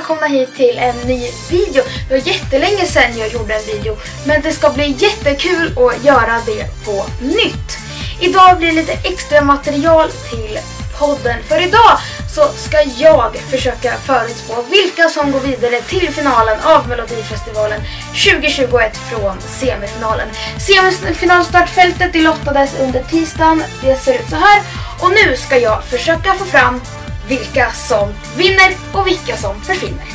välkomna hit till en ny video. Det var jättelänge sedan jag gjorde en video, men det ska bli jättekul att göra det på nytt. Idag blir det lite extra material till podden. För idag så ska jag försöka förutspå vilka som går vidare till finalen av Melodifestivalen 2021 från semifinalen. Semifinalstartfältet lottades under tisdagen. Det ser ut så här. Och nu ska jag försöka få fram vilka som vinner och vilka som försvinner.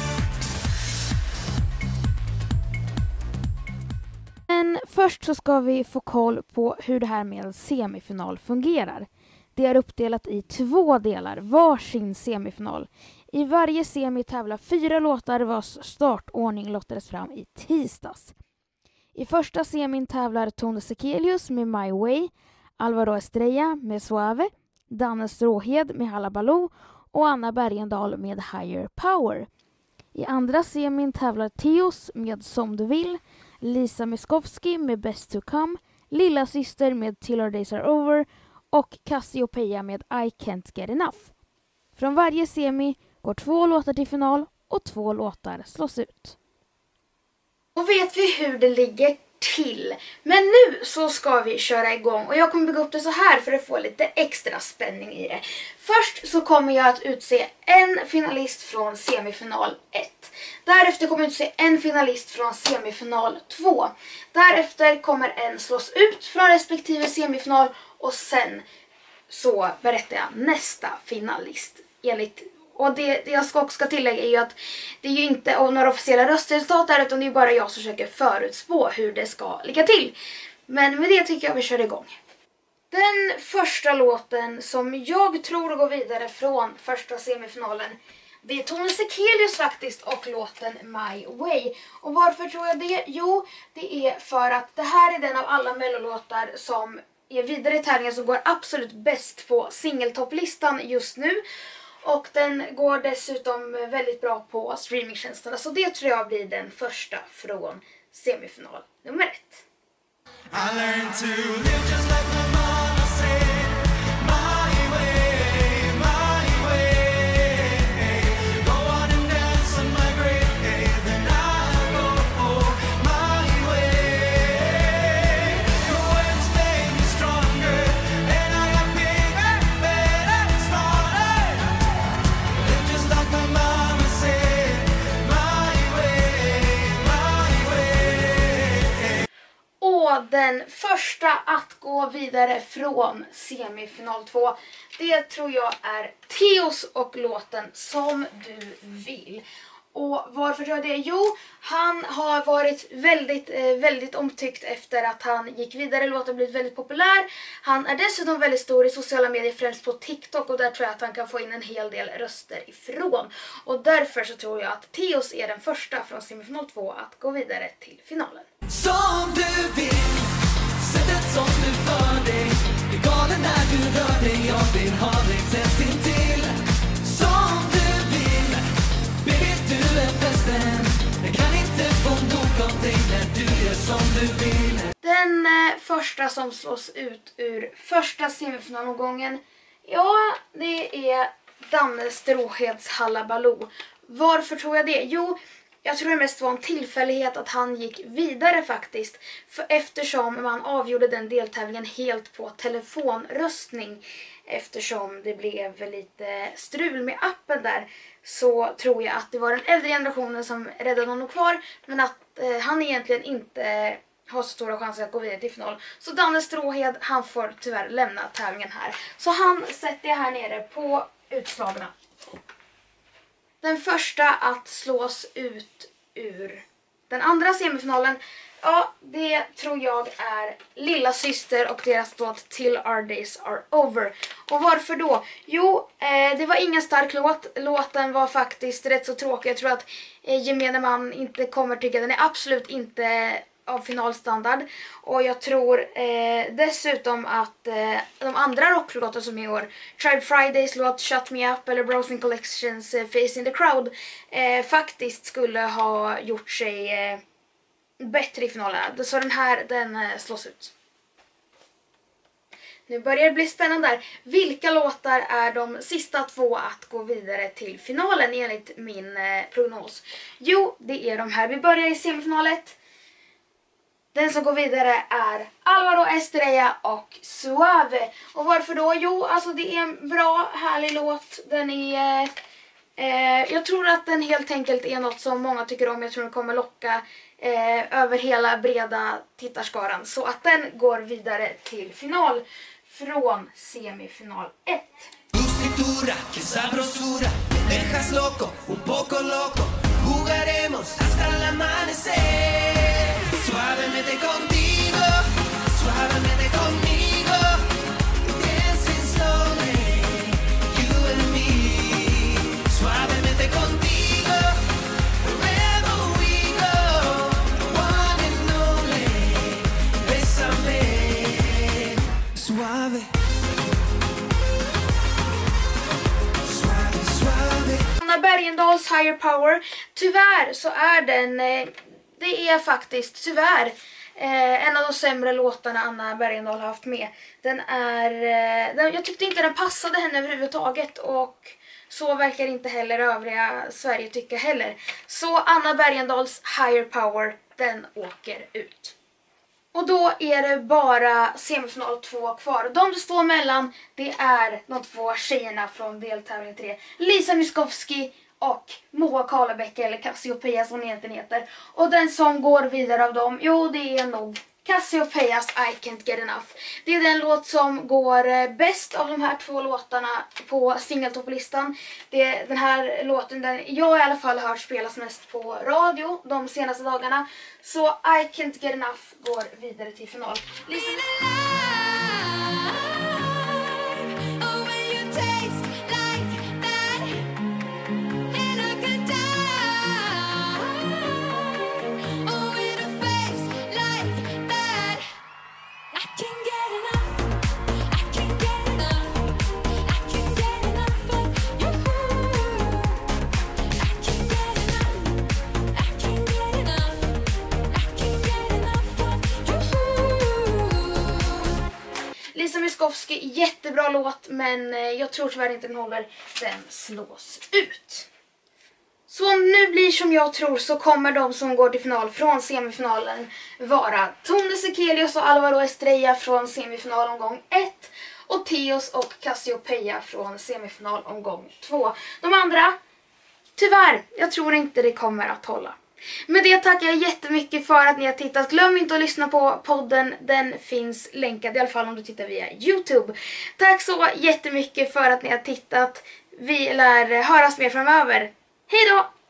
Men först så ska vi få koll på hur det här med semifinal fungerar. Det är uppdelat i 2 delar, varsin semifinal. I varje semi tävlar 4 låtar vars startordning lottades fram i tisdags. I första semin tävlar Tone Sekelius med My Way, Alvaro Estrella med Suave, Danne Stråhed med Hallabaloo och Anna Bergendahl med Higher Power. I andra semin tävlar Teos med Som du vill, Lisa Miskovsky med Best to Come, Lilla Syster med Till Our Days Are Over och Cassiopeia med I Can't Get Enough. Från varje semi går 2 låtar till final och 2 låtar slås ut. Då vet vi hur det ligger till. Men nu så ska vi köra igång och jag kommer bygga upp det så här för att få lite extra spänning i det. Först så kommer jag att utse en finalist från semifinal 1. Därefter kommer jag utse en finalist från semifinal 2. Därefter kommer en slås ut från respektive semifinal och sen så berättar jag nästa finalist. Och det jag ska tillägga är ju att det är ju inte några officiella röstresultat där, utan det är bara jag som försöker förutspå hur det ska ligga till. Men med det tycker jag vi kör igång. Den första låten som jag tror går vidare från första semifinalen, det är Tone Sekelius faktiskt och låten My Way. Och varför tror jag det? Jo, det är för att det här är den av alla mellolåtar som är vidare i tävlingen som går absolut bäst på singeltopplistan just nu. Och den går dessutom väldigt bra på streamingtjänsterna. Så det tror jag blir den första från semifinal nummer 1. Den första att gå vidare från semifinal 2, det tror jag är Teos och låten Som du vill. Och varför tror jag det? Jo, han har varit väldigt omtyckt efter att han gick vidare. Låten blivit väldigt populär. Han är dessutom väldigt stor i sociala medier, främst på TikTok, och där tror jag att han kan få in en hel del röster ifrån. Och därför så tror jag att Teos är den första från semifinal 2 att gå vidare till finalen. Som du vill, sättet som du för dig, är galen när du rör dig, jag vill ha dig tätt intill. Som du vill, baby du är bästen, jag kan inte få nog av dig när du gör som du vill. Den första som slås ut ur första semifinalomgången, ja, det är Danne Stråheds Hallabaloo. Varför tror jag det? Jo, jag tror det mest var en tillfällighet att han gick vidare faktiskt. För eftersom man avgjorde den deltävlingen helt på telefonröstning. Eftersom det blev lite strul med appen där, så tror jag att det var den äldre generationen som räddade honom kvar. Men att han egentligen inte har så stora chanser att gå vidare till final. Så Danne Stråhed, han får tyvärr lämna tävlingen här. Så han sätter jag här nere på utslagarna. Den första att slås ut ur den andra semifinalen, ja, det tror jag är Lilla Syster och deras låt Till Our Days Are Over. Och varför då? Jo, det var ingen stark låt. Låten var faktiskt rätt så tråkig. Jag tror att gemene man inte kommer tycka den är absolut inte av finalstandard. Och jag tror dessutom att de andra rocklåtar som är i år, Tribe Fridays låt Shut Me Up eller Browsing Collections Face in the Crowd, faktiskt skulle ha gjort sig bättre i finalen. Så den här, den slås ut. Nu börjar det bli spännande där. Vilka låtar är de sista 2 att gå vidare till finalen enligt min prognos? Jo, det är de här. Vi börjar i semifinalet. Den som går vidare är Alvaro Estrella och Suave. Och varför då? Jo, alltså det är en bra, härlig låt. Den är... jag tror att den helt enkelt är något som många tycker om. Jag tror den kommer locka över hela breda tittarskaran. Så att den går vidare till final från semifinal 1. Tu cintura, qué sabrosura, me dejas loco, un poco loco. Jugaremos hasta el amanecer. Suavemente contigo, suavemente conmigo. Dancing slowly, you and me. Suavemente contigo, wherever we go. One and only, bésame. Suave. Anna Bergendahls Higher Power. Tyvärr så är den, det är faktiskt tyvärr en av de sämre låtarna Anna Bergendahl har haft med. Jag tyckte inte den passade henne överhuvudtaget och så verkar inte heller övriga Sverige tycka heller. Så Anna Bergendahls Higher Power, den åker ut. Och då är det bara semifinal 2 kvar. De det står mellan, det är de 2 tjejerna från deltävling 3. Lisa Miskovsky och Moa Karlebäck, eller Cassiopeia som hon egentligen heter. Och den som går vidare av dem, jo det är nog Cassiopeias I Can't Get Enough. Det är den låt som går bäst av de här 2 låtarna på singeltopplistan. Den här låten, jag i alla fall har hört spelas mest på radio de senaste dagarna. Så I Can't Get Enough går vidare till final. Lisa Miskovsky, jättebra låt, men jag tror tyvärr inte den håller. Den slås ut. Så om nu blir som jag tror så kommer de som går till final från semifinalen vara Tone Sekelius och Alvaro Estrella från semifinalomgång 1 och Theos och Cassiopeia från semifinalomgång 2. De andra, tyvärr, jag tror inte det kommer att hålla. Med det tackar jag jättemycket för att ni har tittat. Glöm inte att lyssna på podden. Den finns länkad i alla fall om du tittar via YouTube. Tack så jättemycket för att ni har tittat. Vi lär höras mer framöver. Hej då!